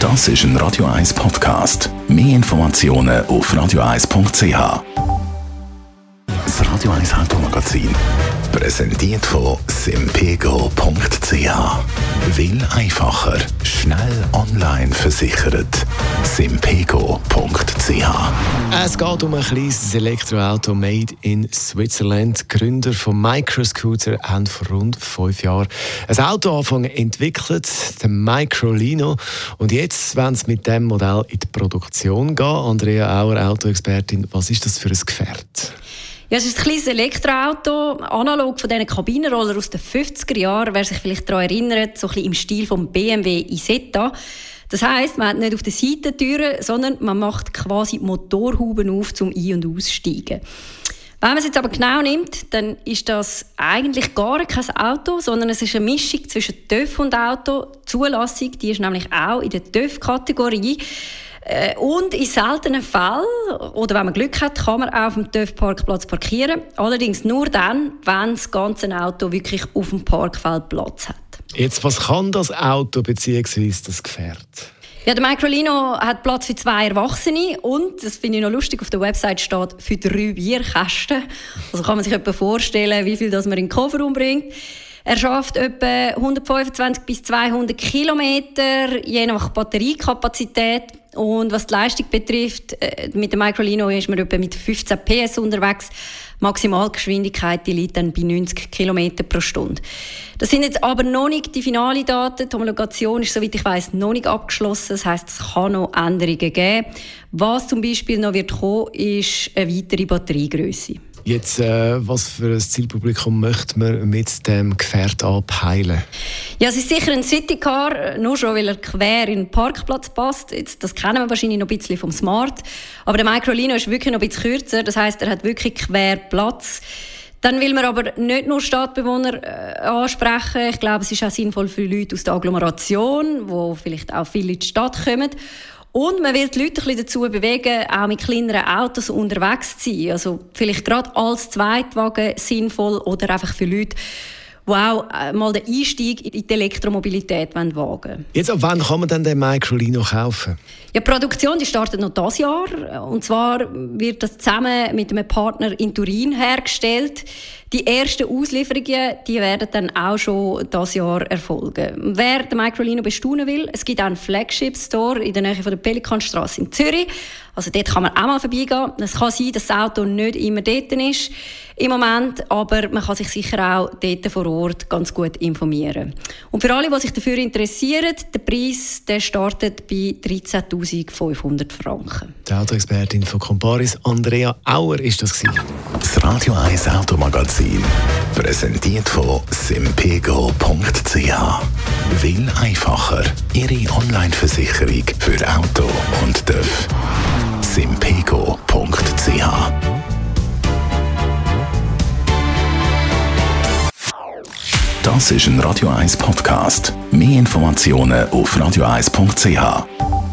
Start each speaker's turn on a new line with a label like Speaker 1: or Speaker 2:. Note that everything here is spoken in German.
Speaker 1: Das ist ein Radio 1 Podcast. Mehr Informationen auf radio1.ch. Das Radio 1 Automagazin, präsentiert von simpego.ch. Will einfacher, schnell online versichert. simpego.ch.
Speaker 2: Es geht um ein kleines Elektroauto made in Switzerland. Die Gründer von Microscooter haben vor rund 5 Jahren ein Auto angefangen entwickelt, den Microlino. Und jetzt wollen sie mit diesem Modell in die Produktion gehen. Andrea Auer, Autoexpertin, was ist das für ein Gefährt?
Speaker 3: Ja, es ist ein kleines Elektroauto, analog von diesen Kabinenroller aus den 50er Jahren. Wer sich vielleicht daran erinnert, so ein bisschen im Stil vom BMW Isetta. Das heisst, man hat nicht auf den Seitentüren, sondern man macht quasi Motorhuben auf zum Ein- und Aussteigen. Wenn man es jetzt aber genau nimmt, dann ist das eigentlich gar kein Auto, sondern es ist eine Mischung zwischen TÜV und Auto. Die Zulassung, die ist nämlich auch in der TÜV-Kategorie. Und in seltenen Fällen, oder wenn man Glück hat, kann man auch auf dem TÜV-Parkplatz parkieren. Allerdings nur dann, wenn das ganze Auto wirklich auf dem Parkfeld Platz hat.
Speaker 2: Jetzt, was kann das Auto bzw. das Gefährt?
Speaker 3: Ja, der Microlino hat Platz für 2 Erwachsene und, das finde ich noch lustig, auf der Website steht, für 3 Bierkästen. Also kann man sich etwa vorstellen, wie viel das man in den Kofferraum bringt. Er schafft etwa 125 bis 200 Kilometer, je nach Batteriekapazität. Und was die Leistung betrifft, mit dem Microlino ist man etwa mit 15 PS unterwegs. Maximalgeschwindigkeit die liegt dann bei 90 km pro Stunde. Das sind jetzt aber noch nicht die finalen Daten. Die Homologation ist, soweit ich weiss, noch nicht abgeschlossen. Das heisst, es kann noch Änderungen geben. Was zum Beispiel noch wird kommen, ist eine weitere Batteriegrösse.
Speaker 2: Jetzt, was für ein Zielpublikum möchte man mit dem Gefährt anpeilen?
Speaker 3: Ja, es ist sicher ein Citycar, nur schon, weil er quer in den Parkplatz passt. Jetzt, das kennen wir wahrscheinlich noch ein bisschen vom Smart. Aber der Microlino ist wirklich noch ein bisschen kürzer. Das heisst, er hat wirklich quer Platz. Dann will man aber nicht nur Stadtbewohner ansprechen. Ich glaube, es ist auch sinnvoll für Leute aus der Agglomeration, die vielleicht auch viel in die Stadt kommen. Und man will die Leute ein bisschen dazu bewegen, auch mit kleineren Autos unterwegs zu sein. Also vielleicht gerade als Zweitwagen sinnvoll oder einfach für Leute, die auch mal den Einstieg in die Elektromobilität wagen wollen.
Speaker 2: Jetzt, ab wann kann man dann den Microlino kaufen?
Speaker 3: Ja, die Produktion die startet noch dieses Jahr. Und zwar wird das zusammen mit einem Partner in Turin hergestellt. Die ersten Auslieferungen die werden dann auch schon dieses Jahr erfolgen. Wer den Microlino bestaunen will, es gibt auch einen Flagship-Store in der Nähe von der Pelikanstrasse in Zürich. Also dort kann man auch mal vorbeigehen. Es kann sein, dass das Auto nicht immer dort ist im Moment, aber man kann sich sicher auch dort vor Ort ganz gut informieren. Und für alle, die sich dafür interessieren, der Preis der startet bei 13'500 Franken.
Speaker 2: Die Autoexpertin von Comparis, Andrea Auer, ist das gewesen.
Speaker 1: Das Radio 1 Automagazin, präsentiert von simpego.ch. Will einfacher, Ihre Online-Versicherung für Auto und TÜV. simpego.ch. Das ist ein Radio 1 Podcast. Mehr Informationen auf radio1.ch.